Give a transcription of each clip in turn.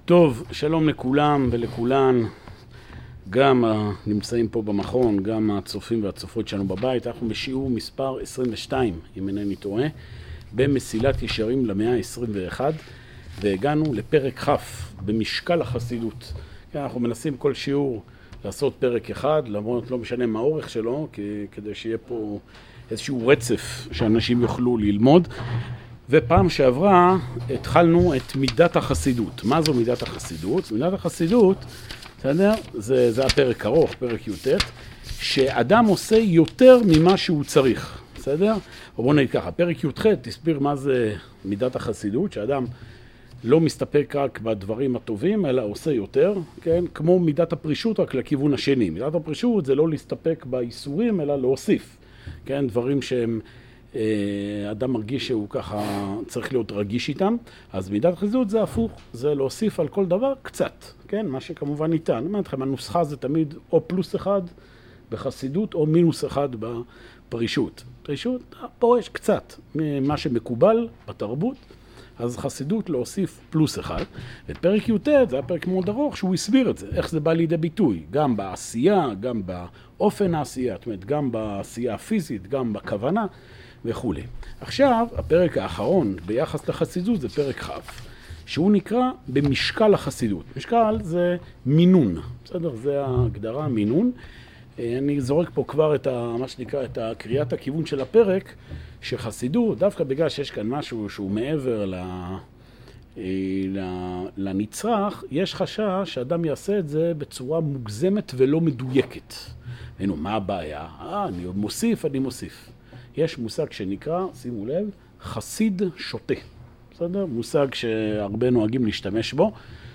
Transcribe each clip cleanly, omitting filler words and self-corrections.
טוב, שלום לכולם ולכולן, גם הנמצאים פה במכון, גם הצופים והצופות שלנו בבית. אנחנו בשיעור מספר 22, אם אינני טועה, במסילת ישרים למאה ה-21, והגענו לפרק כ' במשקל החסידות. אנחנו מנסים כל שיעור לעשות פרק אחד, למרות לא משנה מה האורך שלו, כדי שיהיה פה איזשהו רצף שאנשים יוכלו ללמוד. ופעם שעברה התחלנו את מידת החסידות. מה זו מידת החסידות? מידת החסידות, בסדר? זה הפרק ארוך, פרק י"ט, שאדם עושה יותר ממה שהוא צריך, בסדר? בואו נגיד ככה, פרק י"ח תסביר מה זה מידת החסידות, שאדם לא מסתפק רק בדברים הטובים, אלא עושה יותר, כן? כמו מידת הפרישות, רק לכיוון השני. מידת הפרישות זה לא להסתפק באיסורים, אלא להוסיף, כן? דברים שהם אדם מרגיש שהוא ככה צריך להיות רגיש איתם. אז מידת החסידות זה הפוך, זה להוסיף על כל דבר קצת, כן? מה שכמובן ניתן. אני אומר לכם, הנוסחה זה תמיד או פלוס אחד בחסידות או מינוס אחד בפרישות. פרישות, פה יש קצת ממה שמקובל בתרבות, אז חסידות להוסיף פלוס אחד. ופרק י"ט זה הפרק מאוד ארוך שהוא הסביר את זה, איך זה בא לידי ביטוי, גם בעשייה, גם באופן העשייה, זאת אומרת, גם בעשייה הפיזית, גם בכוונה וכו'. עכשיו, הפרק האחרון ביחס לחסידות זה פרק כ', שהוא נקרא במשקל החסידות. משקל זה מינון, בסדר? זה ההגדרה, מינון. אני זורק פה כבר את מה שנקרא, את קריאת הכיוון של הפרק, שחסידות, דווקא בגלל שיש כאן משהו שהוא מעבר לנצרך, יש חשש שאדם יעשה את זה בצורה מוגזמת ולא מדויקת. הנה, מה הבעיה? אני מוסיף. יש מושג שנקרא, שימו לב, חסיד שוטה. בסדר? מושג שהרבה נוהגים להשתמש בו,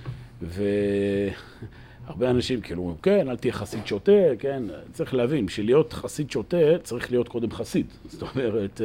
הרבה אנשים כאילו, כן, אל תהיה חסיד שוטה, כן, צריך להבין, בשביל להיות חסיד שוטה צריך להיות קודם חסיד. זאת אומרת,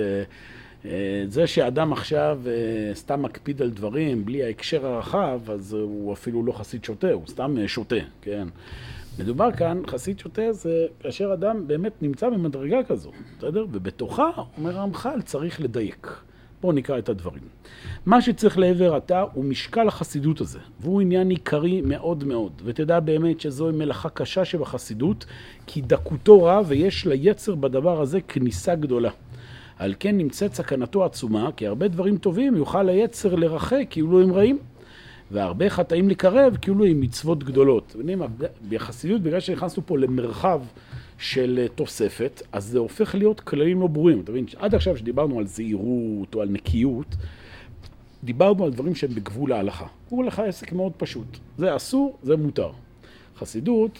זה שאדם עכשיו סתם מקפיד על דברים בלי ההקשר הרחב, אז הוא אפילו לא חסיד שוטה, הוא סתם שוטה, כן. מדובר כאן, חסיד שוטה זה כאשר אדם באמת נמצא במדרגה כזו, בסדר? ובתוכה, אומר הרמח"ל, צריך לדייק. בואו נקרא את הדברים. מה שצריך לעבר עתה הוא משקל החסידות הזה, והוא עניין עיקרי מאוד מאוד, ותדע באמת שזוהי מלאכה קשה שבחסידות, כי דקותו רע ויש ליצר בדבר הזה כניסה גדולה. על כן נמצאת סכנתו עצומה, כי הרבה דברים טובים יוכל היצר לרחק כאילו הם רעים, והרבה חטאים לקרב כאילו הם מצוות גדולות. בחסידות, בגלל שנכנסנו פה למרחב של תוספת, אז זה הופך להיות כללים לא ברורים. אתה מבין, עד עכשיו שדיברנו על זהירות או על נקיות, דיברנו על דברים שהם בגבול ההלכה. גבול ההלכה עסק מאוד פשוט. זה אסור, זה מותר. חסידות,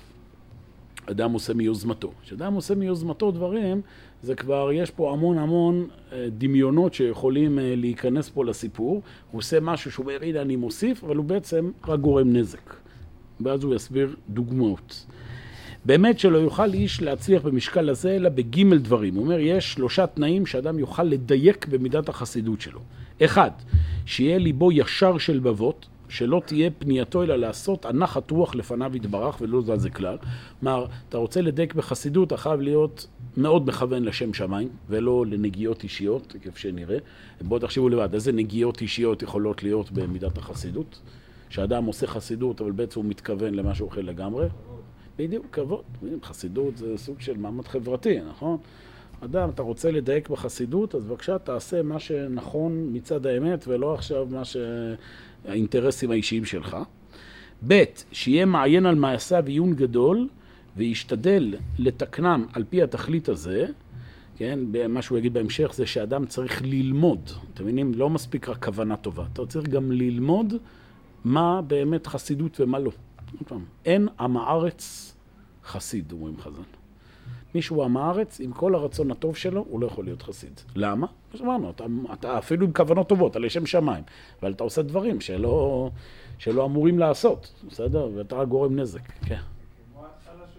אדם עושה מיוזמתו. כשאדם עושה מיוזמתו דברים, זה כבר, יש פה המון דמיונות שיכולים להיכנס פה לסיפור. הוא עושה משהו שהוא אומר, הנה אני מוסיף, אבל הוא בעצם רק גורם נזק. ואז הוא יסביר דוגמאות. באמת שלא יוכל איש להצליח במשקל הזה, אלא בגימל דברים. הוא אומר, יש 3 תנאים שאדם יוכל לדייק במידת החסידות שלו. 1, שיהיה ליבו ישר של בבות, שלא תהיה פנייתו אלא לעשות הנחת רוח לפניו יתברך ולא זה כלל. כלומר, אתה רוצה לדייק בחסידות, אתה חייב להיות מאוד מכוון לשם שמיים, ולא לנגיעות אישיות, כפי שנראה. בואו תחשבו לבד, איזה נגיעות אישיות יכולות להיות במידת החסידות? שאדם עושה חסידות, אבל בעצם הוא מתכוון למשהו אחר לגמרי. בדיוק, כבוד. חסידות זה סוג של מעמד חברתי, נכון? אדם, אתה רוצה לדייק בחסידות, אז בבקשה תעשה מה שנכון מצד האמת, ולא עכשיו מה שהאינטרסים האישיים שלך. ב', שיהיה מעיין על מעשיו עיון גדול, וישתדל לתקנם על פי התכלית הזה, כן? מה שהוא יגיד בהמשך זה שאדם צריך ללמוד. אתם מבינים? לא מספיק רק כוונה טובה. אתה צריך גם ללמוד מה באמת חסידות ומה לא. אין עם הארץ חסיד, אומרים חז"ל. מישהו עם הארץ, עם כל הרצון הטוב שלו, הוא לא יכול להיות חסיד. למה? כמו שאמרנו, אתה אפילו עם כוונות טובות, על לשם שמיים, אבל אתה עושה דברים שלא אמורים לעשות, בסדר? ואתה רק גורם נזק. כן. כמו ההתחלה של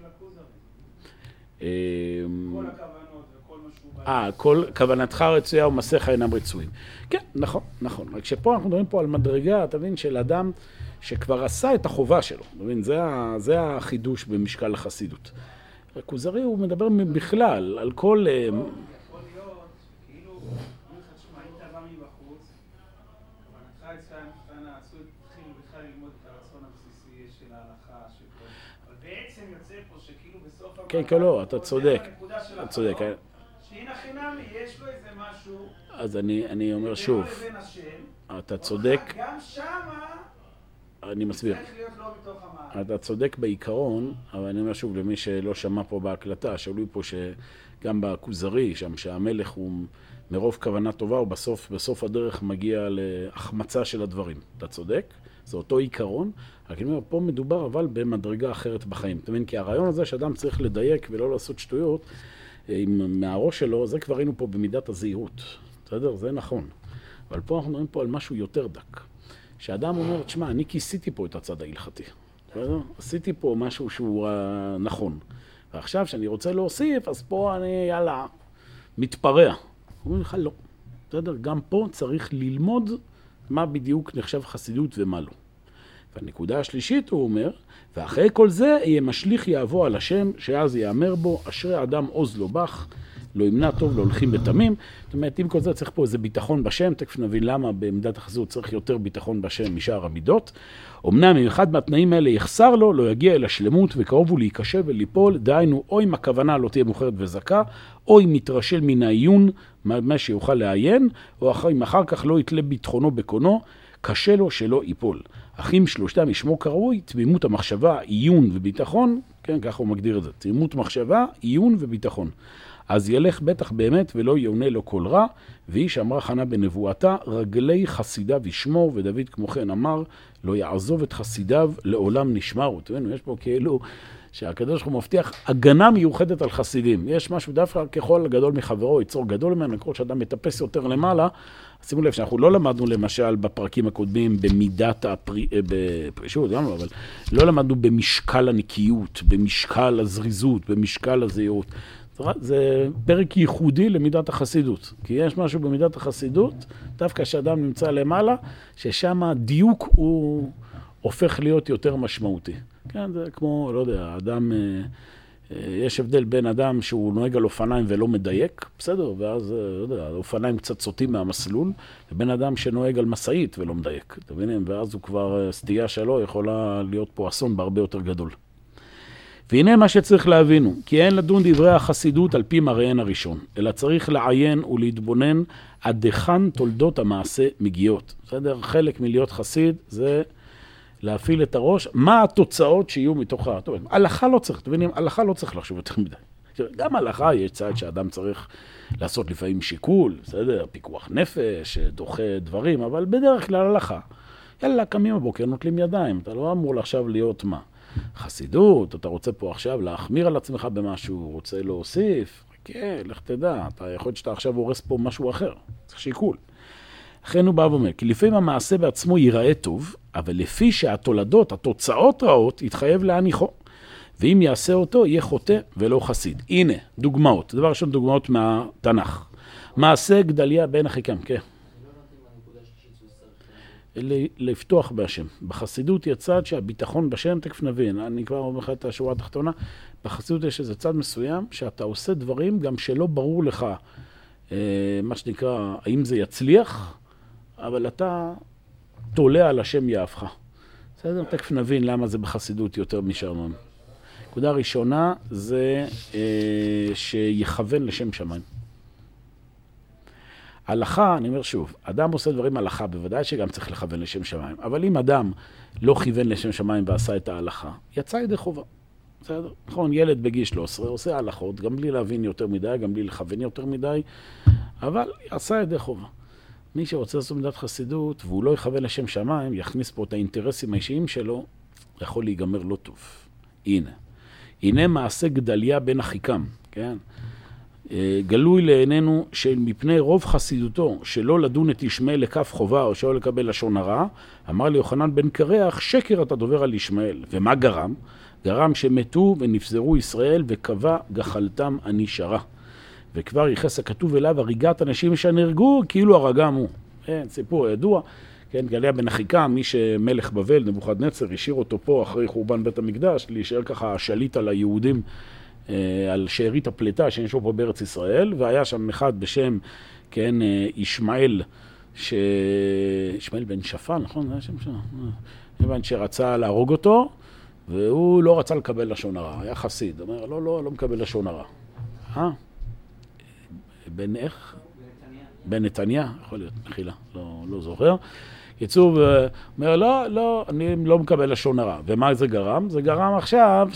הכוזרי. כל הכוונות וכל מה שהוא... כל כוונתך רצויה ומעשיך אינם רצויים. כן, נכון. רק שפה אנחנו מדברים פה על מדרגה, אתה מבין, של אדם שכבר עשה את החובה שלו. אתה מבין, זה החידוש במשקל החסידות. הכוזרי הוא מדבר בכלל על כל... יכול להיות, כאילו, אם אתה בא מבחוץ, כוונתך אצלם, התחיל בכלל ללמוד את הרצון הבסיסי של ההלכה, אבל בעצם יוצא פה שכאילו בסוף כן, כן, לא, אתה צודק. אתה צודק. שהנה חינמי, יש לו איזה משהו... אז אני אומר שוב, אתה צודק. גם שמה... אני מסביר. צריך להיות לא בתוך המערכת. אתה צודק בעיקרון, אבל אני אומר שוב למי שלא שמע פה בהקלטה, שאלו פה שגם בכוזרי, שם שהמלך הוא מרוב כוונה טובה, ובסוף הדרך מגיע להחמצה של הדברים. אתה צודק, זה אותו עיקרון, רק אני אומר, פה מדובר אבל במדרגה אחרת בחיים. אתה מבין? כי הרעיון הזה שאדם צריך לדייק ולא לעשות שטויות, מהראש שלו, זה כבר ראינו פה במידת הזהירות. בסדר? זה נכון. אבל פה אנחנו מדברים פה על משהו יותר דק. שאדם אומר, תשמע, אני כיסיתי פה את הצד ההלכתי. בסדר? עשיתי פה משהו שהוא נכון. ועכשיו שאני רוצה להוסיף, אז פה אני, יאללה, מתפרע. הוא אומר לך, לא. בסדר? גם פה צריך ללמוד מה בדיוק נחשב חסידות ומה לא. והנקודה השלישית הוא אומר, ואחרי כל זה יהיה משליך יעבו על השם, שאז יאמר בו, אשרי אדם עוז לו בך, לא ימנע טוב, לא הולכים בתמים. זאת אומרת, עם כל זה צריך פה איזה ביטחון בשם, תכף נבין למה בעמדת החסידות צריך יותר ביטחון בשם משאר המידות. אמנם אם אחד מהתנאים האלה יחסר לו, לא יגיע אל השלמות וקרוב הוא להיקשב וליפול, דהיינו, או אם הכוונה לא תהיה מוכרת וזכה, או אם יתרשל מן העיון, מה שיוכל לעיין, או אם אחר כך לא יתלה ביטחונו בקונו, קשה לו שלא ייפול. אחים שלושתם ישמו כראוי, תמימות המחשבה, עיון וביטחון, כן, ככה הוא מגדיר את זה, תמימות מחשבה, עיון וביטחון. אז ילך בטח באמת ולא יעונה לו כל רע, והיא שאמרה חנה בנבואתה, רגלי חסידיו ישמור, ודוד כמו כן אמר, לא יעזוב את חסידיו, לעולם נשמרו. תראינו, יש פה כאילו שהקדוש הוא מבטיח הגנה מיוחדת על חסידים. יש משהו דווקא ככל גדול מחברו, יצור גדול ממנו, כל שאדם מטפס יותר למעלה. שימו לב שאנחנו לא למדנו למשל בפרקים הקודמים במידת הפרישות, אבל לא למדנו במשקל הנקיות, במשקל הזריזות, במשקל הזהירות. זה פרק ייחודי למידת החסידות, כי יש משהו במידת החסידות, דווקא שאדם נמצא למעלה, ששם הדיוק הוא הופך להיות יותר משמעותי. כן, זה כמו, לא יודע, אדם, יש הבדל בין אדם שהוא נוהג על אופניים ולא מדייק, בסדר, ואז, לא יודע, האופניים קצת סוטים מהמסלול, לבין אדם שנוהג על מסעית ולא מדייק, אתם מבינים? ואז הוא כבר, סטייה שלו יכולה להיות פה אסון בהרבה יותר גדול. והנה מה שצריך להבינו, כי אין לדון דברי החסידות על פי מראיהן הראשון, אלא צריך לעיין ולהתבונן עד היכן תולדות המעשה מגיעות. בסדר? חלק מלהיות חסיד זה להפעיל את הראש, מה התוצאות שיהיו מתוך ה... טוב, הלכה לא צריך, תבינים, הלכה לא צריך לחשוב יותר מדי. גם הלכה יש צעד שאדם צריך לעשות לפעמים שיקול, בסדר? פיקוח נפש, דוחה דברים, אבל בדרך כלל הלכה. יאללה, קמים הבוקר, נוטלים ידיים, אתה לא אמור עכשיו להיות מה? חסידות, אתה רוצה פה עכשיו להחמיר על עצמך במשהו, רוצה להוסיף, כן, לך תדע, אתה יכול להיות שאתה עכשיו הורס פה משהו אחר, צריך שיקול. לכן הוא בא ואומר, כי לפעמים המעשה בעצמו ייראה טוב, אבל לפי שהתולדות, התוצאות רעות, יתחייב להניחו. ואם יעשה אותו, יהיה חוטא ולא חסיד. הנה, דוגמאות. דבר ראשון, דוגמאות מהתנ"ך. מעשה גדליה בן אחיקם, כן. לפתוח בהשם. בחסידות יצד שהביטחון בשם, תכף נבין, אני כבר אומר לך את השורה התחתונה, בחסידות יש איזה צד מסוים שאתה עושה דברים גם שלא ברור לך, מה שנקרא, האם זה יצליח, אבל אתה תולה על השם יאהבך. בסדר? תכף נבין למה זה בחסידות יותר משאר. נקודה ראשונה זה שיכוון לשם שמיים. הלכה, אני אומר שוב, אדם עושה דברים הלכה, בוודאי שגם צריך לכוון לשם שמיים, אבל אם אדם לא כיוון לשם שמיים ועשה את ההלכה, יצא ידי חובה. בסדר? נכון, ילד בגיל 13 עושה הלכות, גם בלי להבין יותר מדי, גם בלי לכוון יותר מדי, אבל יצא ידי חובה. מי שרוצה לעשות מידת חסידות, והוא לא יכוון לשם שמיים, יכניס פה את האינטרסים האישיים שלו, יכול להיגמר לא טוב. הנה מעשה גדליה בן אחיקם, כן? גלוי לעינינו שמפני רוב חסידותו שלא לדון את ישמעאל לכף חובה או שלא לקבל לשון הרע, אמר לי יוחנן בן קרח, שקר אתה דובר על ישמעאל. ומה גרם? גרם שמתו ונפזרו ישראל וקבע גחלתם אני שרה. וכבר ייחס הכתוב אליו הריגת אנשים שנהרגו כאילו הרגם הוא. סיפור ידוע. כן, גדליה בן אחיקם, מי שמלך בבל, נבוכדנצר, השאיר אותו פה אחרי חורבן בית המקדש, להישאר ככה שליט על היהודים, על שארית הפליטה שיש פה בארץ ישראל, והיה שם אחד בשם, כן, ישמעאל בן שפן, נכון? זה היה שם שם. כיוון שרצה להרוג אותו, והוא לא רצה לקבל לשון הרע, היה חסיד, אומר, לא מקבל לשון הרע. בן איך? בן נתניה, יכול להיות, מחילה, לא זוכר. קיצור, אומר, לא, אני לא מקבל לשון הרע. ומה זה גרם? זה גרם עכשיו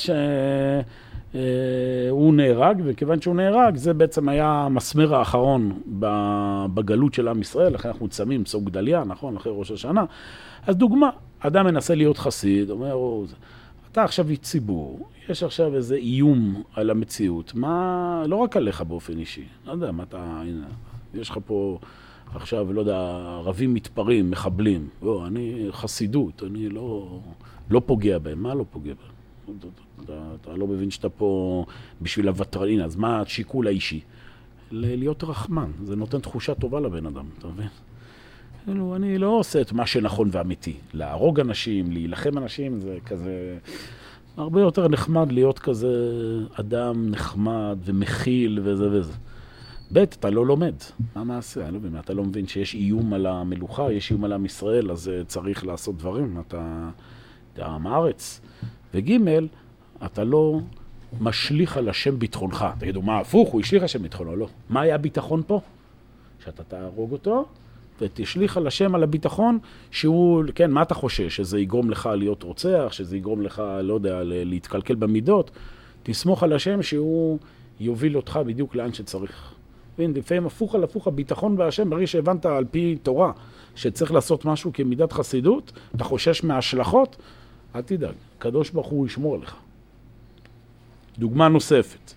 שהוא נהרג, וכיוון שהוא נהרג, זה בעצם היה המסמר האחרון בגלות של עם ישראל, אחרי אנחנו צמים, סוג גדליה, נכון, אחרי ראש השנה. אז דוגמה, אדם מנסה להיות חסיד, אומר, אתה עכשיו איש ציבור, יש עכשיו איזה איום על המציאות, מה, לא רק עליך באופן אישי, לא יודע, מה אתה, הנה, יש לך פה עכשיו, לא יודע, ערבים מתפרעים, מחבלים, לא, אני חסידות, אני לא פוגע בהם, מה לא פוגע בהם? אתה לא מבין שאתה פה בשביל הוותרין, אז מה השיקול האישי? להיות רחמן, זה נותן תחושה טובה לבן אדם, אתה מבין? אני לא עושה את מה שנכון ואמיתי. להרוג אנשים, להילחם אנשים, זה כזה הרבה יותר נחמד להיות כזה אדם נחמד ומכיל וזה וזה. ב' אתה לא לומד. מה מעשה? אני לא מבין. אתה לא מבין שיש איום על המלוכה, יש איום על עם ישראל, אז צריך לעשות דברים. אתה עם הארץ. וג' אתה לא משליך על השם ביטחונך. תגידו, מה הפוך? הוא השליך השם ביטחונו? לא. מה היה ביטחון פה? שאתה תהרוג אותו? ותשליך על השם, על הביטחון, שהוא, כן, מה אתה חושש? שזה יגרום לך להיות רוצח, שזה יגרום לך, לא יודע, להתקלקל במידות. תסמוך על השם שהוא יוביל אותך בדיוק לאן שצריך. לפעמים הפוך על הפוך, הביטחון בהשם, ברגע שהבנת על פי תורה, שצריך לעשות משהו כמידת חסידות, אתה חושש מההשלכות, אל תדאג, קדוש ברוך הוא ישמור עליך. דוגמה נוספת,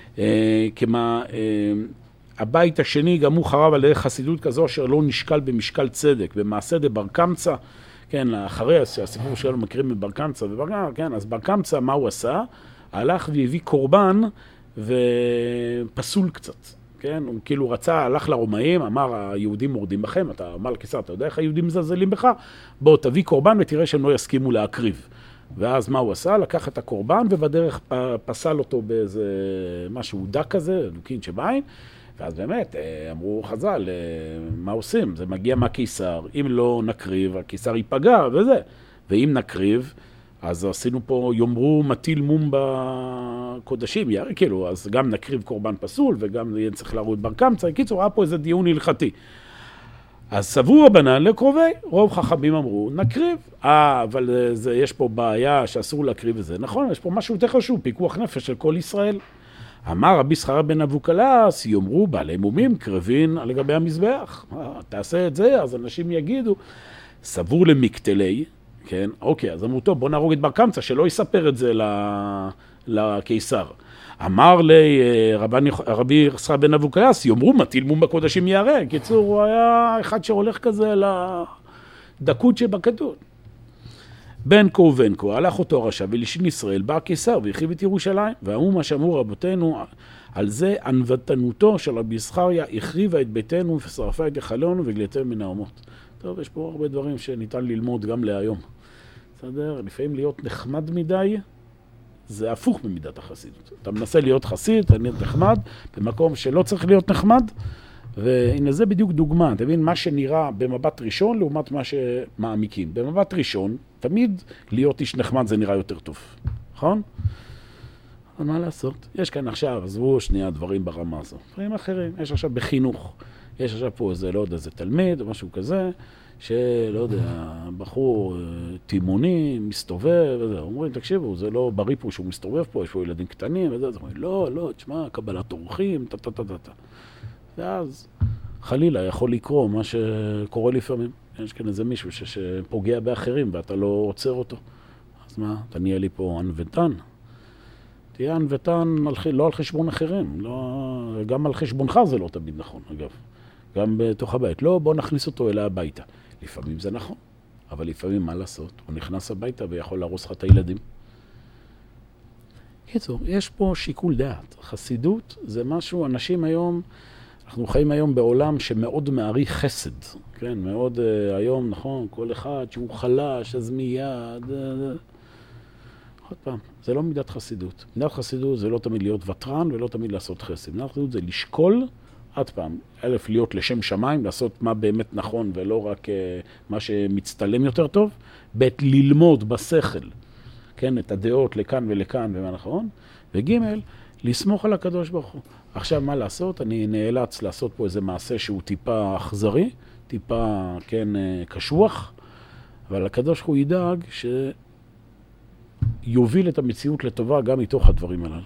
הבית השני גם הוא חרב על חסידות כזו אשר לא נשקל במשקל צדק, במעשה בר קמצא, כן, אחרי הסיפור שלנו מכירים בבר קמצא, כן, אז בר קמצא מה הוא עשה? הלך והביא קורבן ופסול קצת, כן, הוא כאילו רצה, הלך לרומאים, אמר היהודים מורדים בכם, אתה אמר לקיסר, אתה יודע איך היהודים מזלזלים בך? בוא תביא קורבן ותראה שהם לא יסכימו להקריב. ואז מה הוא עשה? לקח את הקורבן ובדרך פסל אותו באיזה משהו דק כזה, דוקין שבעין, ואז באמת אמרו חז"ל, מה עושים? זה מגיע מהקיסר, אם לא נקריב, הקיסר ייפגע וזה. ואם נקריב, אז עשינו פה, יאמרו מטיל מום בקודשים, כאילו, אז גם נקריב קורבן פסול, וגם יהיה צריך להראות בר קמצא. קיצור, היה פה איזה דיון הלכתי. אז סברו רבנן לקרובי, רוב חכמים אמרו, נקריב. אבל יש פה בעיה שאסור להקריב את זה. נכון, יש פה משהו יותר חשוב, פיקוח נפש של כל ישראל. אמר רבי זכריה בן אבוקלס, יאמרו בעלי מומים קרבין על גבי המזבח. תעשה את זה, אז אנשים יגידו, סבור למקטלי, כן, אוקיי, אז אמרו טוב, בוא נהרוג את בר קמצא, שלא יספר את זה לקיסר. אמר לי רבי זכריה בן אבוקלס, יאמרו מטיל מום בקודשים יהרג. קיצור, הוא היה אחד שהולך כזה לדקות שבכתוב. בן כה ובן כה, הלך אותו הרשע ולשין ישראל, בא הקיסר והרחיב את ירושלים. ואמרו מה שאמרו רבותינו, על זה ענוותנותו של רבי זכריה, החריבה את ביתנו ושרפה את היכלנו וגלתנו מן האומות. טוב, יש פה הרבה דברים שניתן ללמוד גם להיום. בסדר? לפעמים להיות נחמד מדי, זה הפוך ממידת החסידות. אתה מנסה להיות חסיד, אתה להיות נחמד, במקום שלא צריך להיות נחמד, והנה זה בדיוק דוגמה, אתה מבין? מה שנראה במבט ראשון לעומת מה שמעמיקים. במבט ראשון, תמיד להיות איש נחמד זה נראה יותר טוב, נכון? אבל מה לעשות? יש כאן עכשיו, עזבו שנייה דברים ברמה הזו. דברים אחרים, יש עכשיו בחינוך, יש עכשיו פה איזה, לא יודע, איזה תלמיד או משהו כזה, שלא יודע, בחור תימוני, מסתובב וזה. אומרים, תקשיבו, זה לא בריא פה שהוא מסתובב פה, יש פה ילדים קטנים וזה. אז אומרים, לא, תשמע, קבלת אורחים, ואז חלילה יכול לקרוא מה שקורה לפעמים. יש כאן איזה מישהו שפוגע באחרים ואתה לא עוצר אותו. אז מה, אתה נהיה לי פה ענוותן? תהיה ענוותן לא על חשבון אחרים, גם על חשבונך זה לא תמיד נכון, אגב. גם בתוך הבית. לא, בוא נכניס אותו אליי הביתה. לפעמים זה נכון, אבל לפעמים מה לעשות? הוא נכנס הביתה ויכול להרוס לך את הילדים. קיצור, יש פה שיקול דעת. חסידות זה משהו, אנשים היום, אנחנו חיים היום בעולם שמאוד מעריך חסד. כן, מאוד היום, נכון, כל אחד שהוא חלש, אז מיד. עוד פעם, זה לא מידת חסידות. מידת חסידות זה לא תמיד להיות וטרן ולא תמיד לעשות חסד. מידת חסידות זה לשקול עוד פעם, להיות לשם שמיים, לעשות מה באמת נכון ולא רק מה שמצטלם יותר טוב, ללמוד בשכל, כן, את הדעות לכאן ולכאן ומה נכון, וג' לסמוך על הקדוש ברוך הוא. עכשיו מה לעשות? אני נאלץ לעשות פה איזה מעשה שהוא טיפה אכזרי, טיפה, כן, קשוח, אבל הקדוש ברוך הוא ידאג שיוביל את המציאות לטובה גם מתוך הדברים הללו.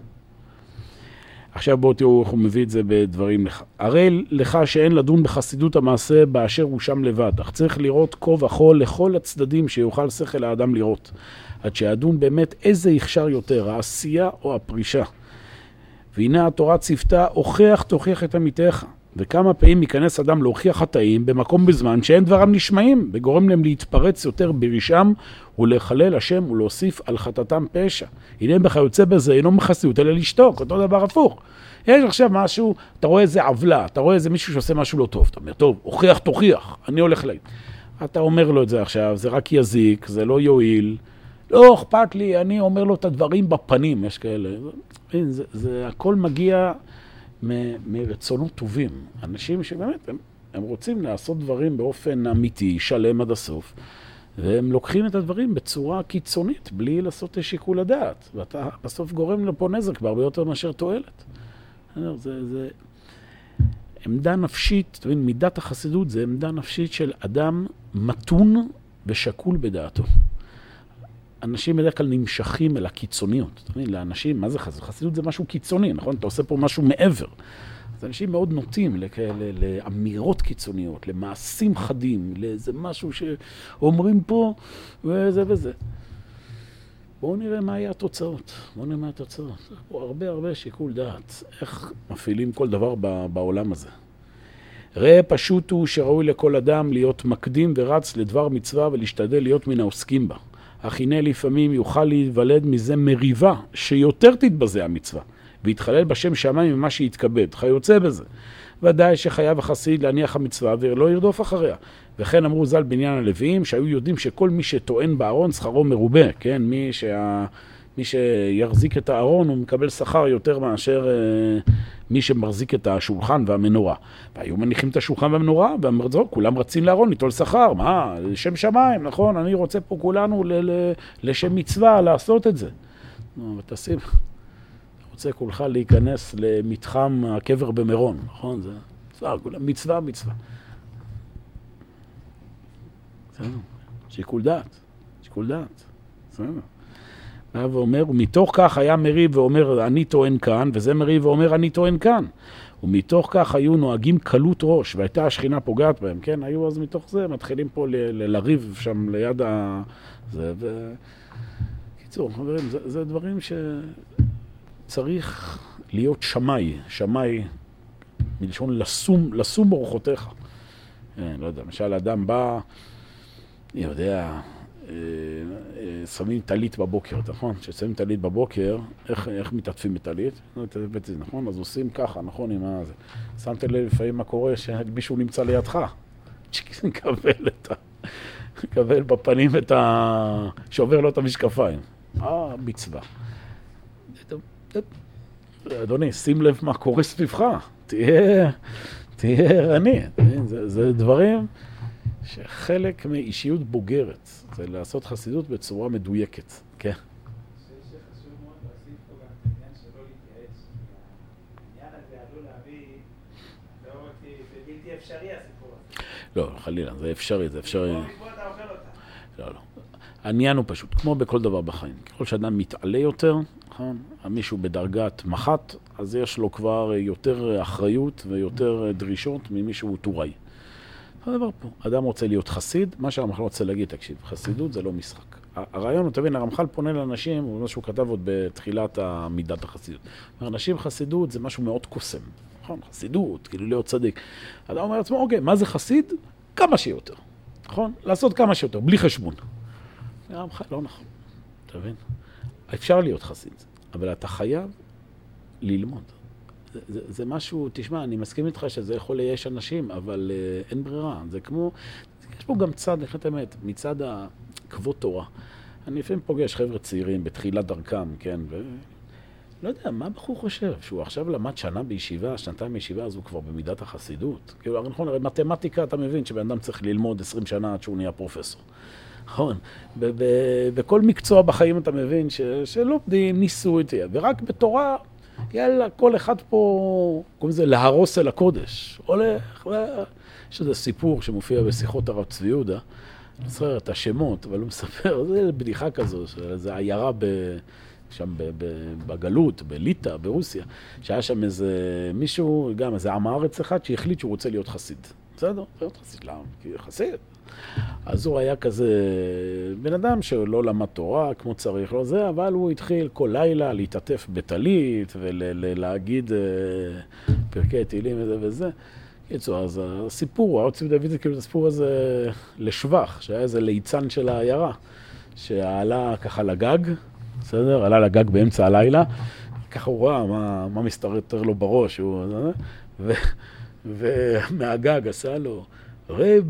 עכשיו בואו תראו איך הוא מביא את זה בדברים לך. הרי לך שאין לדון בחסידות המעשה באשר הוא שם לבד, אך צריך לראות כה וכה לכל הצדדים שיוכל שכל האדם לראות, עד שידון באמת איזה יכשר יותר, העשייה או הפרישה. והנה התורה צפתה, הוכח תוכיח את עמיתך. וכמה פעמים ייכנס אדם להוכיח חטאים במקום בזמן שאין דברם נשמעים, וגורם להם להתפרץ יותר ברישם ולחלל השם ולהוסיף על חטאתם פשע. הנה בך יוצא בזה, אינו מחסידות אלא לשתוק, אותו דבר הפוך. יש עכשיו משהו, אתה רואה איזה עוולה, אתה רואה איזה מישהו שעושה משהו לא טוב, אתה אומר, טוב, הוכיח תוכיח, אני הולך אליי. אתה אומר לו את זה עכשיו, זה רק יזיק, זה לא יועיל, לא אכפת לי, אני אומר לו את הדברים בפנים, יש כאלה. זה הכל מגיע מרצונות טובים. אנשים שבאמת הם רוצים לעשות דברים באופן אמיתי, שלם עד הסוף, והם לוקחים את הדברים בצורה קיצונית, בלי לעשות שיקול הדעת. ואתה בסוף גורם לפה נזק בהרבה יותר מאשר תועלת. זה עמדה נפשית, אתה מבין, מידת החסידות זה עמדה נפשית של אדם מתון ושקול בדעתו. אנשים בדרך כלל נמשכים אל הקיצוניות. אתה מבין, לאנשים, מה זה חסידות? חסידות זה משהו קיצוני, נכון? אתה עושה פה משהו מעבר. אז אנשים מאוד נוטים לאמירות קיצוניות, למעשים חדים, לאיזה משהו שאומרים פה וזה וזה. בואו נראה מה היה התוצאות. בואו נראה מה התוצאות. פה הרבה שיקול דעת. איך מפעילים כל דבר בעולם הזה. ראה פשוט הוא שראוי לכל אדם להיות מקדים ורץ לדבר מצווה ולהשתדל להיות מן העוסקים בה. אך הנה לפעמים יוכל להיוולד מזה מריבה שיותר תתבזה המצווה, והתחלל בשם שמיים ממה שיתכבד, חיוצא בזה. ודאי שחייב החסיד להניח המצווה ולא ירדוף אחריה. וכן אמרו ז"ל בעניין הלוויים, שהיו יודעים שכל מי שטוען בארון שכרו מרובה, כן? מי שיחזיק את הארון הוא מקבל שכר יותר מאשר מי שמחזיק את השולחן והמנורה. והיו מניחים את השולחן והמנורה, כולם רצים לארון ליטול שכר. מה? לשם שמיים, נכון? אני רוצה פה כולנו לשם מצווה לעשות את זה. ותשים, אתה רוצה כולך להיכנס למתחם הקבר במירון, נכון? זה מצווה. שיקול דעת. בסדר. ואומר, ומתוך כך היה מריב ואומר אני טוען כאן, וזה מריב ואומר אני טוען כאן. ומתוך כך היו נוהגים קלות ראש, והייתה השכינה פוגעת בהם, כן? היו אז מתוך זה, מתחילים פה לריב שם ליד זה, קיצור, חברים, זה דברים שצריך להיות שמאי, מלשון לסום באורחותיך. לא יודע, למשל האדם בא, אני יודע, שמים טלית בבוקר, נכון? כששמים טלית בבוקר, איך מתעטפים בטלית? נכון? אז עושים ככה, נכון? עם הזה. שמת לב לפעמים מה קורה שמישהו נמצא לידך. קבל בפנים שעובר לו את המשקפיים. מצווה. אדוני, שים לב מה קורה סביבך. תהיה ערני. זה דברים שחלק מאישיות בוגרת. זה לעשות חסידות בצורה מדויקת. כן. שחשוב מאוד להוסיף פה גם את העניין שלא להתייעץ. העניין הזה עלול להביא, זה בלתי אפשרי הסיפור הזה. לא, חלילה, זה אפשרי. כמו מפה אתה אוכל אותה. לא. העניין הוא פשוט, כמו בכל דבר בחיים. ככל שאדם מתעלה יותר, נכון? מישהו בדרגת מח"ט, אז יש לו כבר יותר אחריות ויותר דרישות ממישהו טוראי. הדבר פה, אדם רוצה להיות חסיד, מה שהרמח"ל רוצה להגיד, תקשיב, חסידות זה לא משחק. הרעיון הוא, תבין, הרמח"ל פונה לאנשים, הוא מה שהוא כתב עוד בתחילת מידת החסידות. אנשים חסידות זה משהו מאוד קוסם, נכון? חסידות, כאילו להיות צדיק. אדם אומר לעצמו, אוקיי, מה זה חסיד? כמה שיותר, נכון? לעשות כמה שיותר, בלי חשבון. הרמח"ל לא נכון, תבין? אפשר להיות חסיד, אבל אתה חייב ללמוד. זה משהו, תשמע, אני מסכים איתך שזה יכול לייש אנשים, אבל אין ברירה. זה כמו, יש פה גם צד, לכת האמת, מצד כבוד תורה. אני לפעמים פוגש חבר'ה צעירים בתחילת דרכם, כן, לא יודע, מה בחור חושב? שהוא עכשיו למד שנה בישיבה, שנתיים בישיבה, אז הוא כבר במידת החסידות. כאילו, נכון, הרי מתמטיקה, אתה מבין שבן אדם צריך ללמוד 20 שנה עד שהוא נהיה פרופסור. נכון. בכל מקצוע בחיים אתה מבין שלומדים, ניסו את זה, ורק בתורה, יאללה, כל אחד פה, קוראים לזה להרוס אל הקודש. הולך, יש איזה סיפור שמופיע בשיחות הרב צבי יהודה, אני זוכר את השמות, אבל הוא מספר, זה בדיחה כזו, זה עיירה שם בגלות, בליטא, ברוסיה, שהיה שם איזה מישהו, גם איזה עם הארץ אחד, שהחליט שהוא רוצה להיות חסיד. בסדר? להיות חסיד, למה? כי חסיד. אז הוא היה כזה בן אדם שלא למד תורה כמו צריך, לא זה, אבל הוא התחיל כל לילה להתעטף בטלית ולהגיד פרקי תהילים וזה וזה. אז הסיפור, הרב צבי דוד זה כאילו הסיפור הזה לשבח, שהיה איזה ליצן של העיירה, שעלה ככה לגג, בסדר? עלה לגג באמצע הלילה, ככה הוא ראה מה מסתרטר לו בראש, ומהגג עשה לו, רב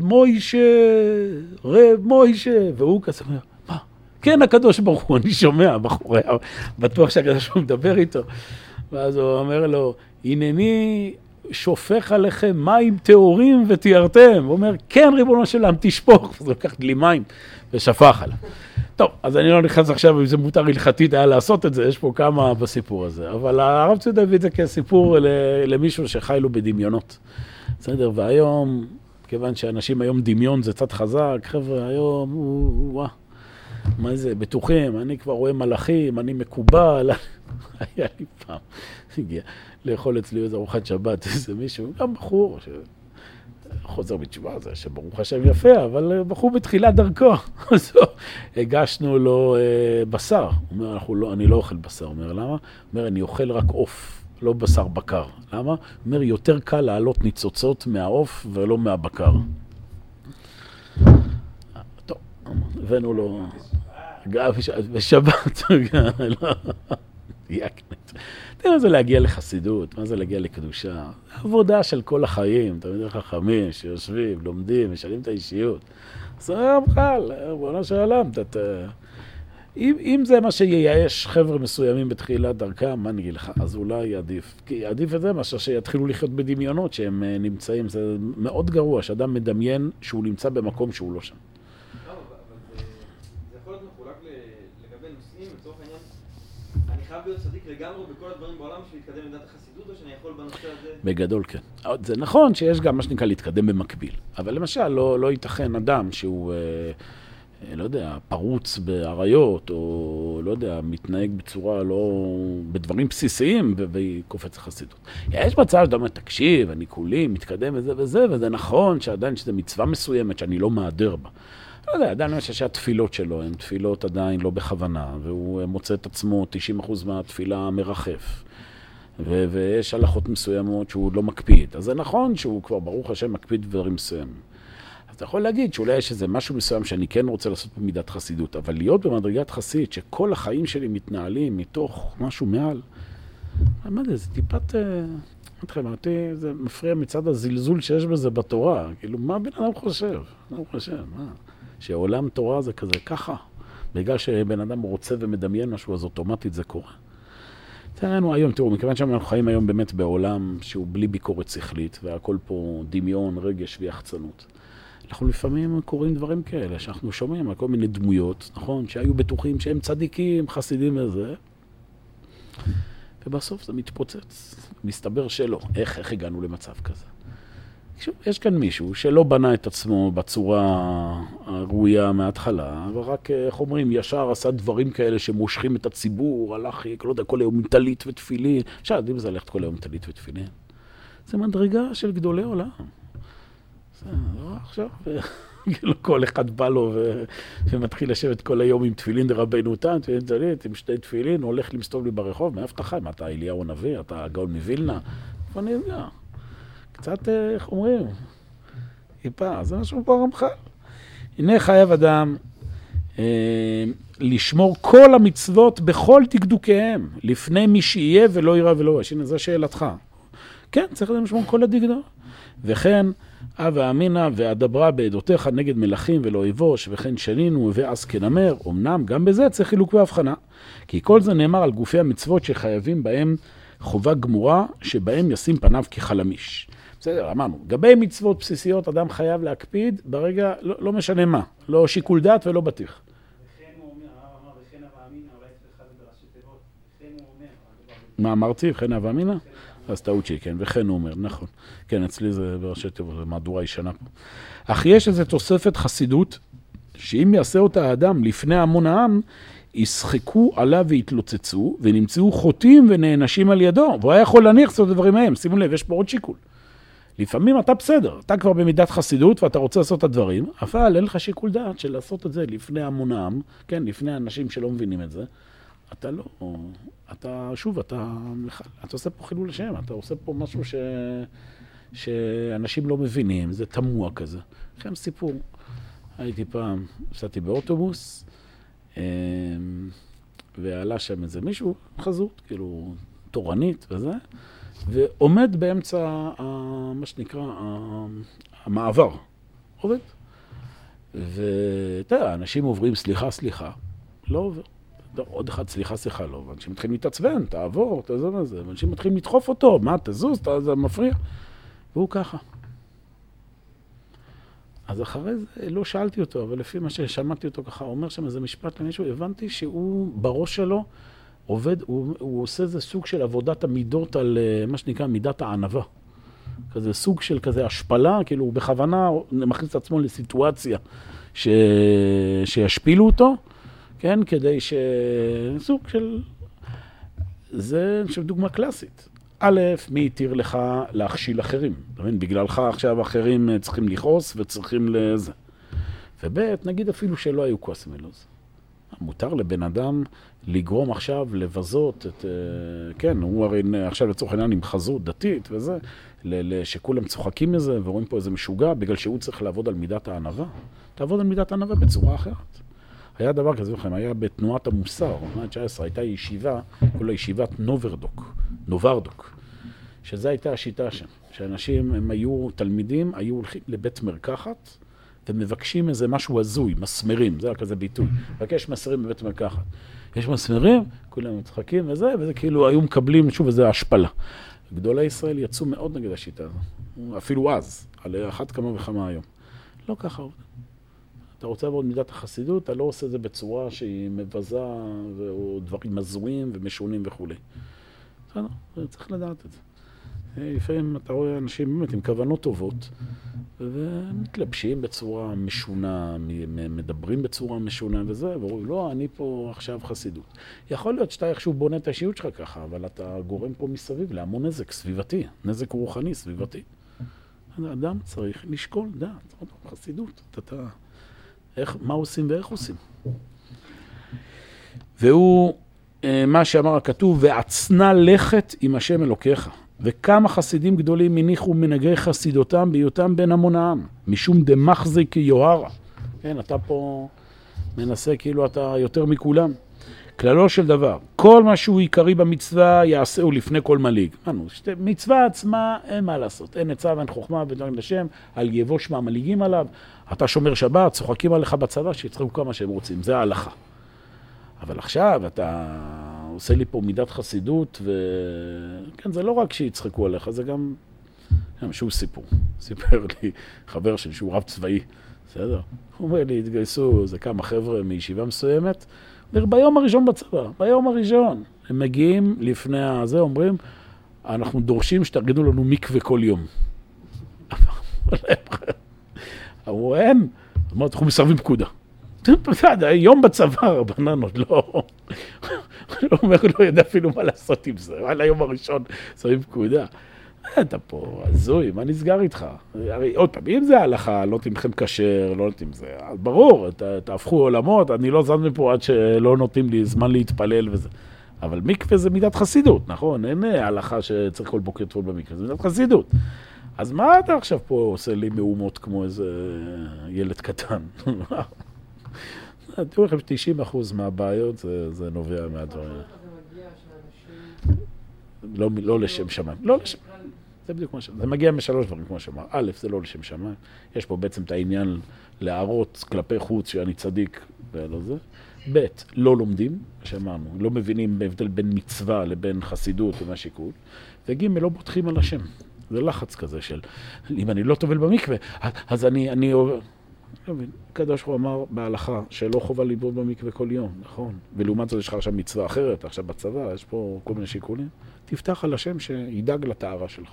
מוישה, והוא כזה אומר, מה? כן, הקדוש ברוך הוא, אני שומע, בחור היה בטוח שהקדוש ברוך הוא מדבר איתו. ואז הוא אומר לו, הנני שופך עליכם מים טהורים ותיארתם. הוא אומר, כן, ריבונו של עולם, תשפוך. אז הוא לקח לי מים ושפך עליו. טוב, אז אני לא נכנס עכשיו אם זה מותר הלכתית היה לעשות את זה, יש פה כמה בסיפור הזה. אבל הרב צבי דוד זה כסיפור למישהו שחי לו בדמיונות. בסדר, והיום, כיוון שאנשים היום דמיון זה קצת חזק, חבר'ה, היום, מה זה, בטוחים, אני כבר רואה מלאכים, אני מקובל. היה לי פעם, הגיע לאכול אצלי איזה ארוחת שבת, איזה מישהו, גם בחור, חוזר בתשובה הזה, שברוך השם יפה, אבל בחור בתחילת דרכו. אז הגשנו לו בשר. הוא אומר, אני לא אוכל בשר. הוא אומר, למה? הוא אומר, אני אוכל רק עוף, לא בשר בקר. למה? הוא אומר, יותר קל לעלות ניצוצות מהעוף ולא מהבקר. טוב, הבאנו לו... בשבת, יקנית. תראה, זה להגיע לחסידות, מה זה להגיע לקדושה? עבודה של כל החיים, תמיד חכמים שיושבים, לומדים, משלים את האישיות. אז בכלל, בואו של עולם, אם זה מה שייאש חבר'ה מסוימים בתחילת דרכם, מה נגיד לך? אז אולי עדיף. כי עדיף את זה משהו שיתחילו לחיות בדמיונות שהם נמצאים. זה מאוד גרוע, שאדם מדמיין שהוא נמצא במקום שהוא לא שם. חייב להיות צדיק לגמרי בכל הדברים בעולם שלהתקדם לדעת החסידות, או שאני יכול בנושא הזה? בגדול כן. זה נכון שיש גם מה שנקרא להתקדם במקביל. אבל למשל לא ייתכן אדם שהוא, לא יודע, פרוץ בעריות, או לא יודע, מתנהג בצורה לא... בדברים בסיסיים, וקופץ לחסידות. יש מצב שאתה אומר, תקשיב, אני כולי, מתקדם וזה נכון שעדיין שזה מצווה מסוימת שאני לא מאדר בה. לא יודע, עדיין שהתפילות שלו הן תפילות עדיין לא בכוונה, והוא מוצא את עצמו 90% מהתפילה מרחף. ויש הלכות מסוימות שהוא לא מקפיד. אז זה נכון שהוא כבר ברוך השם מקפיד דברים מסוימים. אז אתה יכול להגיד שאולי יש איזה משהו מסוים שאני כן רוצה לעשות במידת חסידות, אבל להיות במדרגת חסיד שכל החיים שלי מתנהלים מתוך משהו מעל, מה זה טיפת... זה מפריע מצד הזלזול שיש בזה בתורה. כאילו, מה בן אדם חושב? מה הוא חושב? מה? שעולם תורה זה כזה ככה. בגלל שבן אדם רוצה ומדמיין משהו, אז אוטומטית זה קורה. תראינו היום, תראו, מכיוון שאנחנו חיים היום באמת בעולם שהוא בלי ביקורת שכלית, והכל פה דמיון, רגש ויחצנות. אנחנו לפעמים קוראים דברים כאלה, שאנחנו שומעים על כל מיני דמויות, נכון? שהיו בטוחים שהם צדיקים, חסידים וזה. ובסוף זה מתפוצץ. מסתבר שלא. איך הגענו למצב כזה? יש כאן מישהו שלא בנה את עצמו בצורה הראויה מההתחלה, ורק, איך אומרים, ישר עשה דברים כאלה שמושכים את הציבור, הלך, לא יודע, כל היום טלית ותפילין. אפשר יודעים זה ללכת כל היום טלית ותפילין. זה מדרגה של גדולי עולם. זה לא עכשיו, כאילו כל אחד בא לו ומתחיל לשבת כל היום עם תפילין דרבנו תם, תפילין טלית, עם שתי תפילין, הולך למסתובב לי ברחוב, מאיפה אתה חי? מה, אתה אליהו הנביא? אתה הגאון מווילנה? איפה אני יודע? קצת, איך אומרים, איפה, זה משהו פה רמח"ל. הנה חייב אדם לשמור כל המצוות בכל תקדוקיהם, לפני מי שיהיה ולא יראה ולא יש. הנה, זו שאלתך. כן, צריך לשמור כל הדקדוק. וכן, הווה אמינא ואדברה בעדותיך נגד מלכים ולא יבוש, וכן שנינו ואז כנמר. אמנם גם בזה צריך חילוק והבחנה, כי כל זה נאמר על גופי המצוות שחייבים בהם חובה גמורה, שבהם ישים פניו כחלמיש. בסדר, אמרנו, גבי מצוות בסיסיות אדם חייב להקפיד ברגע, לא משנה מה, לא שיקול דעת ולא בטיח. וכן הוא אומר, הרב אמר, וכן הווה אמינא, אולי אצלך זה בראשי תיבות, וכן הוא אומר, מה אמרתי? וכן הווה אמינא? אז טעות שלי, כן, וכן הוא אומר, נכון. כן, אצלי זה בראשי תיבות, זה מהדורה ישנה פה. אך יש איזו תוספת חסידות, שאם יעשה אותה האדם לפני המון העם, ישחקו עליו והתלוצצו, ונמצאו חוטאים ונענשים על ידו, והוא היה יכול להניח לעשות דברים מהם. שימו לב, יש פה עוד שיקול. לפעמים אתה בסדר, אתה כבר במידת חסידות ואתה רוצה לעשות את הדברים, אבל אין לך שיקול דעת של לעשות את זה לפני המון העם, כן, לפני אנשים שלא מבינים את זה. אתה לא, אתה עושה פה חילול השם, אתה עושה פה משהו שאנשים לא מבינים, זה תמוה כזה. לכם סיפור, הייתי פעם, עשיתי באוטובוס, ועלה שם איזה מישהו, חזות, כאילו תורנית וזה, ועומד באמצע, מה שנקרא, המעבר, עובד. ואתה יודע, אנשים עוברים סליחה, לא עובר. עוד אחד, סליחה, לא. ואנשים מתחילים להתעצבן, תעבור, תעזור לזה. ואנשים מתחילים לדחוף אותו, מה, תזוז, זה מפריע. והוא ככה. אז אחרי זה לא שאלתי אותו, אבל לפי מה ששמעתי אותו ככה, אומר שם איזה משפט למישהו, הבנתי שהוא בראש שלו עובד, הוא עושה איזה סוג של עבודת המידות על מה שנקרא מידת הענווה. כזה סוג של כזה השפלה, כאילו הוא בכוונה מכניס את עצמו לסיטואציה שישפילו אותו, כן, כדי סוג של... זה דוגמה קלאסית. א', מי יתיר לך להכשיל אחרים? בגללך עכשיו אחרים צריכים לכעוס וצריכים לזה. וב', נגיד אפילו שלא היו כועס מלוז. מותר לבן אדם לגרום עכשיו לבזות את... כן, הוא הרי עכשיו לצורך העניין עם חזות דתית וזה, שכולם צוחקים מזה ורואים פה איזה משוגע, בגלל שהוא צריך לעבוד על מידת הענווה. תעבוד על מידת הענווה בצורה אחרת. היה דבר כזה לכם, היה בתנועת המוסר, במאה ה-19, הייתה ישיבה, כל ישיבת נוברדוק, שזו הייתה השיטה שם, שאנשים, הם היו תלמידים, היו הולכים לבית מרקחת, ומבקשים איזה משהו הזוי, מסמרים, זה היה כזה ביטוי, מבקש מסמרים בבית מרקחת. יש מסמרים, כולם מצחקים וזה כאילו היו מקבלים, שוב, איזה השפלה. גדולי ישראל יצאו מאוד נגד השיטה הזו, אפילו אז, על אחת כמה וכמה היום. לא ככה עובד. אתה רוצה לעבוד מידת החסידות, אתה לא עושה את זה בצורה שהיא מבזה, או דברים מזויים ומשונים וכו'. צריך לדעת את זה. לפעמים אתה רואה אנשים באמת עם כוונות טובות, ומתלבשים בצורה משונה, מדברים בצורה משונה וזה, ואומרים, לא, אני פה עכשיו חסידות. יכול להיות שאתה איכשהו בונה את האישיות שלך ככה, אבל אתה גורם פה מסביב להמון נזק סביבתי, נזק רוחני סביבתי. האדם צריך לשקול דעת, חסידות, מה עושים ואיך עושים. והוא, מה שאמר הכתוב, ועצנה לכת עם השם אלוקיך. וכמה חסידים גדולים הניחו מנהגי חסידותם בהיותם בין המון העם, משום דמחזי כיוהרה. כן, אתה פה מנסה כאילו אתה יותר מכולם. כללו של דבר, כל מה שהוא עיקרי במצווה יעשהו לפני כל מליג. מצווה עצמה אין מה לעשות, אין עצה ואין חוכמה ודברים לשם, על יבוש מהמליגים עליו. אתה שומר שבת, צוחקים עליך בצבא, שיצחקו כמה שהם רוצים, זה ההלכה. אבל עכשיו אתה עושה לי פה מידת חסידות, וכן, זה לא רק שיצחקו עליך, זה גם שהוא סיפר לי חבר שלי שהוא רב צבאי, בסדר? הוא אומר לי, התגייסו, זה כמה חבר'ה מישיבה מסוימת, ביום הראשון בצבא, ביום הראשון, הם מגיעים לפני הזה, אומרים, אנחנו דורשים שתגידו לנו מקווה כל יום. אמרו, אין, אמרו, אנחנו מסרבים פקודה. יום בצבא, רבננות, לא אומר, לא ידע אפילו מה לעשות עם זה, על היום הראשון מסרבים פקודה. אתה פה הזוי, מה נסגר איתך? הרי עוד פעם, אם זה ההלכה, לא תמכם כשר, לא נותנים זה, ברור, תהפכו עולמות, אני לא זז מפה עד שלא נותנים לי זמן להתפלל וזה. אבל מקווה זה מידת חסידות, נכון? אין ההלכה שצריך כל בוקר טבול במקווה, זה מידת חסידות. אז מה אתה עכשיו פה עושה לי מאומות כמו איזה ילד קטן? תראו לכם, 90% מהבעיות זה נובע מהדברים. לא לשם שמיים. לא לשם. זה בדיוק זה מגיע משלוש דברים, כמו שאמר. א', זה לא לשם שמיים. יש פה בעצם את העניין להראות כלפי חוץ שאני צדיק ולא זה. ב', לא לומדים, שאמרנו, לא מבינים בהבדל בין מצווה לבין חסידות ומה שיקול. וג', לא בוטחים על השם. זה לחץ כזה של, אם אני לא טובל במקווה, אז אני עובר. לא מבין, הקדוש הוא אמר בהלכה שלא חובה לטבול במקווה כל יום, נכון? ולעומת זאת יש לך עכשיו מצווה אחרת, עכשיו בצבא, יש פה כל מיני שיקולים. תפתח על השם שידאג לטהרה שלך.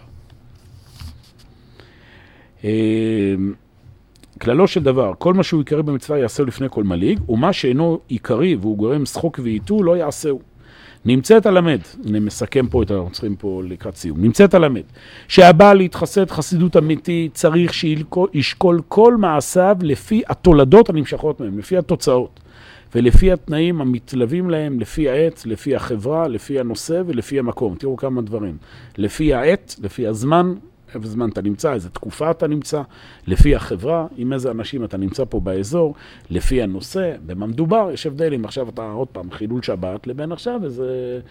כללו של דבר, כל מה שהוא עיקרי במצווה יעשה לפני כל מליג, ומה שאינו עיקרי והוא גורם שחוק ועיתו לא יעשהו. נמצאת הלמד, אני מסכם פה את צריכים פה לקראת סיום, נמצאת הלמד, שהבא להתחסד חסידות אמיתי צריך שישקול כל מעשיו לפי התולדות הנמשכות מהם, לפי התוצאות, ולפי התנאים המתלווים להם, לפי העת, לפי החברה, לפי הנושא ולפי המקום. תראו כמה דברים. לפי העת, לפי הזמן, איזה זמן אתה נמצא, איזה תקופה אתה נמצא, לפי החברה, עם איזה אנשים אתה נמצא פה באזור, לפי הנושא, במה מדובר, יש הבדלים. עכשיו אתה עוד פעם חילול שבת, לבין עכשיו איזה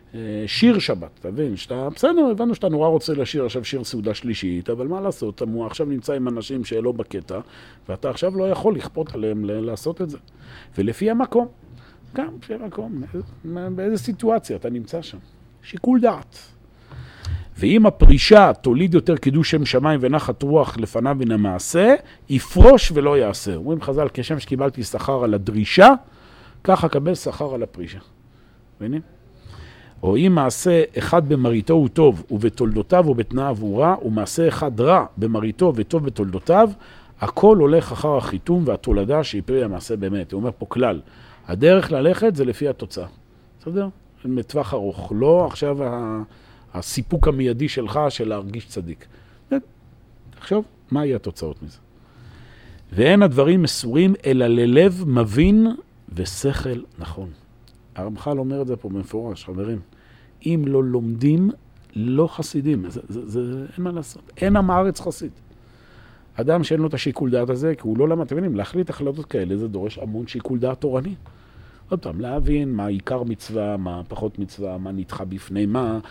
שיר שבת, אתה מבין? שאתה, בסדר, הבנו שאתה נורא רוצה לשיר עכשיו שיר סעודה שלישית, אבל מה לעשות? אתה עכשיו נמצא עם אנשים שלא בקטע, ואתה עכשיו לא יכול לכפות עליהם לעשות את זה. ולפי המקום, גם לפי המקום, באיזה סיטואציה אתה נמצא שם. שיקול דעת. ואם הפרישה תוליד יותר קידוש שם שמיים ונחת רוח לפניו מן המעשה, יפרוש ולא יעשה. אומרים חז"ל, כשם שקיבלתי שכר על הדרישה, ככה קבל שכר על הפרישה. מבינים? או אם מעשה אחד במריתו הוא טוב, ובתולדותיו ובתנאיו הוא רע, ומעשה אחד רע במריתו וטוב בתולדותיו, הכל הולך אחר החיתום והתולדה שהפריע המעשה באמת. הוא אומר פה כלל, הדרך ללכת זה לפי התוצאה. בסדר? מטווח ארוך. לא עכשיו הסיפוק המיידי שלך של להרגיש צדיק. עכשיו, מה יהיה התוצאות מזה? ואין הדברים מסורים אלא ללב מבין ושכל נכון. הרמח"ל אומר את זה פה במפורש, חברים. אם לא לומדים, לא חסידים. אין מה לעשות. אין עם הארץ חסיד. אדם שאין לו את השיקול דעת הזה, כי הוא לא למד, אתם מבינים, להחליט החלטות כאלה, זה דורש המון שיקול דעת תורני. עוד פעם, להבין מה עיקר מצווה, מה פחות מצווה, מה נדחה בפני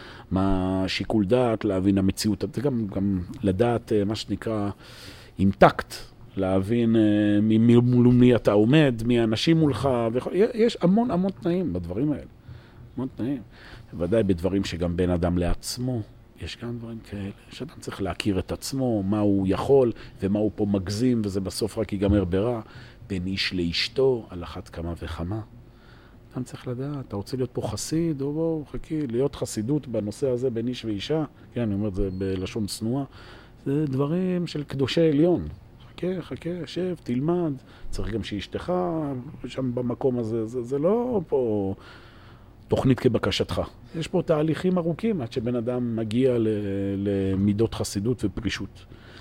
מה שיקול דעת, להבין המציאות, זה גם לדעת מה שנקרא עם טקט, להבין מול מי אתה עומד, מי האנשים מולך, יש המון תנאים בדברים האלה, המון תנאים. ודאי בדברים שגם בין אדם לעצמו, יש גם דברים כאלה, שאדם צריך להכיר את עצמו, מה הוא יכול ומה הוא פה מגזים, וזה בסוף רק ייגמר ברע, בין איש לאשתו, על אחת כמה וכמה. אדם צריך לדעת, אתה רוצה להיות פה חסיד, או בוא, חכי, להיות חסידות בנושא הזה בין איש ואישה, כן, אני אומר את זה בלשון צנועה, זה דברים של קדושי עליון. חכה, שב, תלמד, צריך גם שאשתך שם במקום הזה, זה לא פה תוכנית כבקשתך. יש פה תהליכים ארוכים עד שבן אדם מגיע למידות חסידות ופרישות.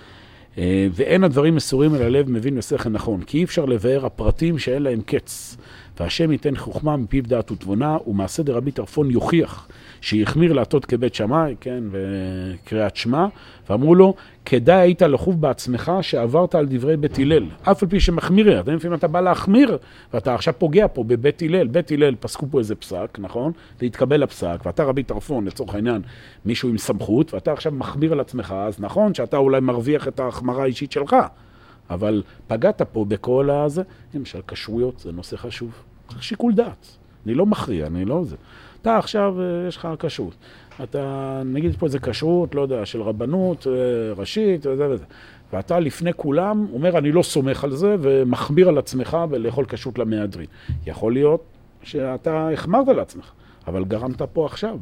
ואין הדברים מסורים אל הלב מבין ושכל נכון, כי אי אפשר לבאר הפרטים שאין להם קץ. והשם ייתן חוכמה מפיו דעת ותבונה, ומעשה דרבי טרפון יוכיח שיחמיר לעתות כבית שמאי, כן, וקריאת שמע, ואמרו לו, כדאי היית לחוב בעצמך שעברת על דברי בית הלל, אף על פי שמחמיר, אתם לפעמים אתה בא להחמיר, ואתה עכשיו פוגע פה בבית הלל, בית הלל פסקו פה איזה פסק, נכון? להתקבל לפסק, ואתה רבי טרפון, לצורך העניין, מישהו עם סמכות, ואתה עכשיו מחמיר על עצמך, אז נכון שאתה אולי מרוויח את ההחמרה האישית שלך, אבל פגעת פה בכל הזה, למשל, כשרויות, זה נושא חשוב. צריך שיקול דעת. אני לא מכריע, אני לא זה. אתה עכשיו, יש לך כשרות. אתה, נגיד פה איזה כשרות, לא יודע, של רבנות, ראשית, וזה וזה. ואתה לפני כולם אומר, אני לא סומך על זה, ומחמיר על עצמך ולאכול כשרות למהדרין. יכול להיות שאתה החמרת על עצמך, אבל גרמת פה עכשיו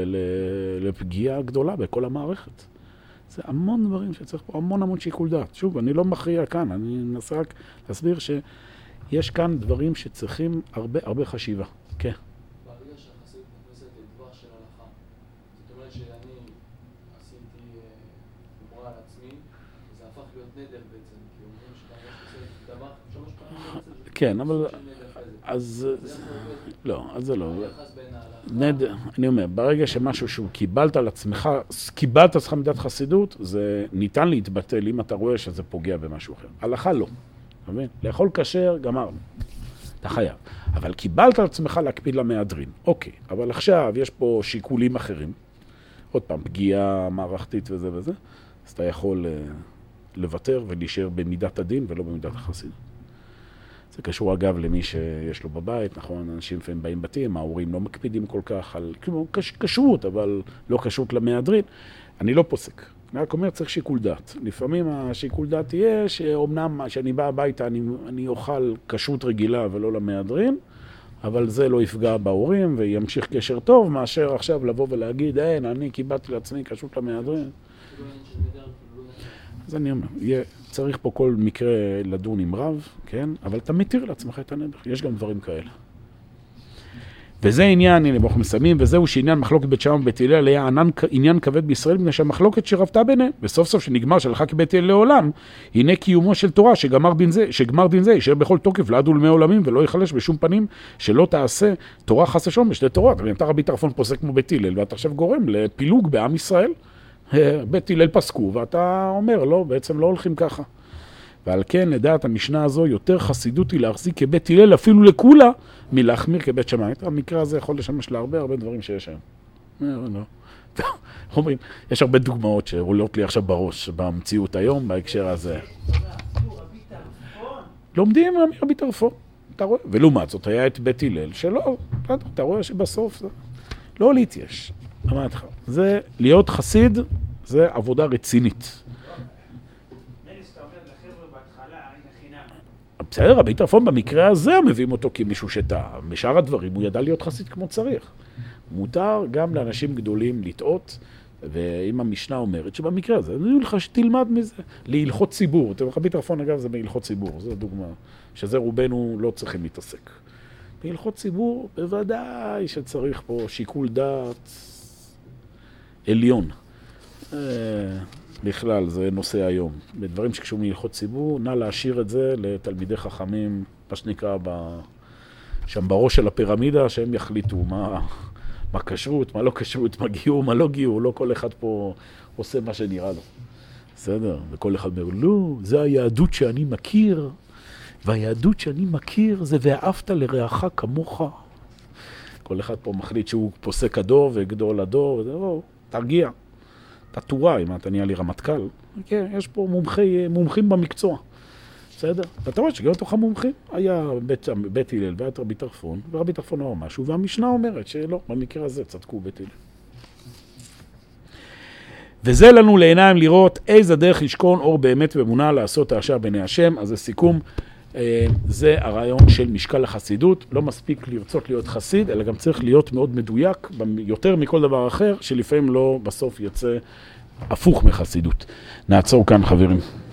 לפגיעה גדולה בכל המערכת. זה המון דברים שצריך פה, המון שיקול דעת. שוב, אני לא מכריע כאן, אני מנסה רק להסביר שיש כאן דברים שצריכים הרבה חשיבה. כן. ברגע שהחסידות נכנסת לדבר של הלכה, זאת אומרת שאני עשיתי חומרה על עצמי, זה הפך להיות נדר בעצם, כי אומרים שאתה דבר 3 פעמים בעצם. כן, אבל אז לא, אז זה לא. אני אומר, ברגע שמשהו שהוא קיבלת על עצמך, קיבלת עצמך מידת חסידות, זה ניתן להתבטל אם אתה רואה שזה פוגע במשהו אחר. הלכה לא. לאכול כשר, גמרנו. אתה חייב. אבל קיבלת על עצמך להקפיד למהדרין. אוקיי, אבל עכשיו יש פה שיקולים אחרים. עוד פעם, פגיעה מערכתית וזה וזה, אז אתה יכול לוותר ולהישאר במידת הדין ולא במידת החסידות. זה קשור אגב למי שיש לו בבית, נכון? אנשים לפעמים באים בתים, ההורים לא מקפידים כל כך על כשרות, אבל לא כשרות למהדרין. אני לא פוסק. אני רק אומר, צריך שיקול דעת. לפעמים השיקול דעת תהיה שאומנם כשאני בא הביתה אני אוכל כשרות רגילה ולא למהדרין, אבל זה לא יפגע בהורים וימשיך קשר טוב, מאשר עכשיו לבוא ולהגיד, אני קיבלתי לעצמי כשרות למהדרין. אז אני אומר, צריך פה כל מקרה לדון עם רב, כן? אבל אתה מתיר לעצמך את הנדר. יש גם דברים כאלה. וזה עניין, הנה אנחנו מסיימים, וזהו שעניין מחלוקת בית שמאי ובית הלל היה עניין כבד בישראל, בגלל שהמחלוקת שרבתה ביניהם, וסוף סוף שנגמר שהלכה כבית הלל לעולם, הנה קיומו של תורה, שגמר דין זה, יישאר בכל תוקף לעד ולמי עולמים, ולא ייחלש בשום פנים, שלא תעשה תורה חס ושלום בשתי תורות. אתה רבי טרפון פוסק כמו בית הלל, ואתה עכשיו גורם לפילוג בעם ישראל. בית הלל פסקו, ואתה אומר, לא, בעצם לא הולכים ככה. ועל כן, לדעת המשנה הזו, יותר חסידות היא להחזיק כבית הלל, אפילו לכולה, מלהחמיר כבית שמאי. המקרה הזה יכול לשמש להרבה דברים שיש היום. אומרים, יש הרבה דוגמאות שעולות לי עכשיו בראש, במציאות היום, בהקשר הזה. לומדים רבי טרפון, אתה רואה? ולעומת זאת, היה את בית הלל, שלא, אתה רואה שבסוף זה לא להתייש. אמרתי לך, זה להיות חסיד, זה עבודה רצינית. בסדר, רבי טרפון במקרה הזה מביאים אותו כמישהו שטעה. בשאר הדברים הוא ידע להיות חסיד כמו צריך. מותר גם לאנשים גדולים לטעות, ואם המשנה אומרת שבמקרה הזה, אני לך שתלמד מזה. להלכות ציבור. רבי טרפון אגב זה בהלכות ציבור, זו דוגמה. שזה רובנו לא צריכים להתעסק. בהלכות ציבור בוודאי שצריך פה שיקול דעת עליון. בכלל, זה נושא היום. בדברים שקשורים להלכות ציבור, נא להשאיר את זה לתלמידי חכמים, מה שנקרא, שם בראש של הפירמידה, שהם יחליטו מה כשרות, מה לא כשרות, מה גיור, מה לא גיור, לא כל אחד פה עושה מה שנראה לו. בסדר? וכל אחד אומר, לא, זה היהדות שאני מכיר, והיהדות שאני מכיר זה ואהבת לרעך כמוך. כל אחד פה מחליט שהוא פוסק הדור וגדול הדור, וזהו, תרגיע. תתורה, אם אתה נהיה לי רמטכ"ל, כן, יש פה מומחים במקצוע, בסדר? ואתה רואה שגם תוך המומחים היה בית הלל והיה רבי טרפון, ורבי טרפון אמר משהו, והמשנה אומרת שלא, במקרה הזה צדקו בית הלל. וזה לנו לעיניים לראות איזה דרך לשכון אור באמת ואמונה לעשות העשרה בעיני השם. אז לסיכום, זה הרעיון של משקל החסידות. לא מספיק לרצות להיות חסיד, אלא גם צריך להיות מאוד מדויק, יותר מכל דבר אחר, שלפעמים לא בסוף יוצא הפוך מחסידות. נעצור כאן חברים.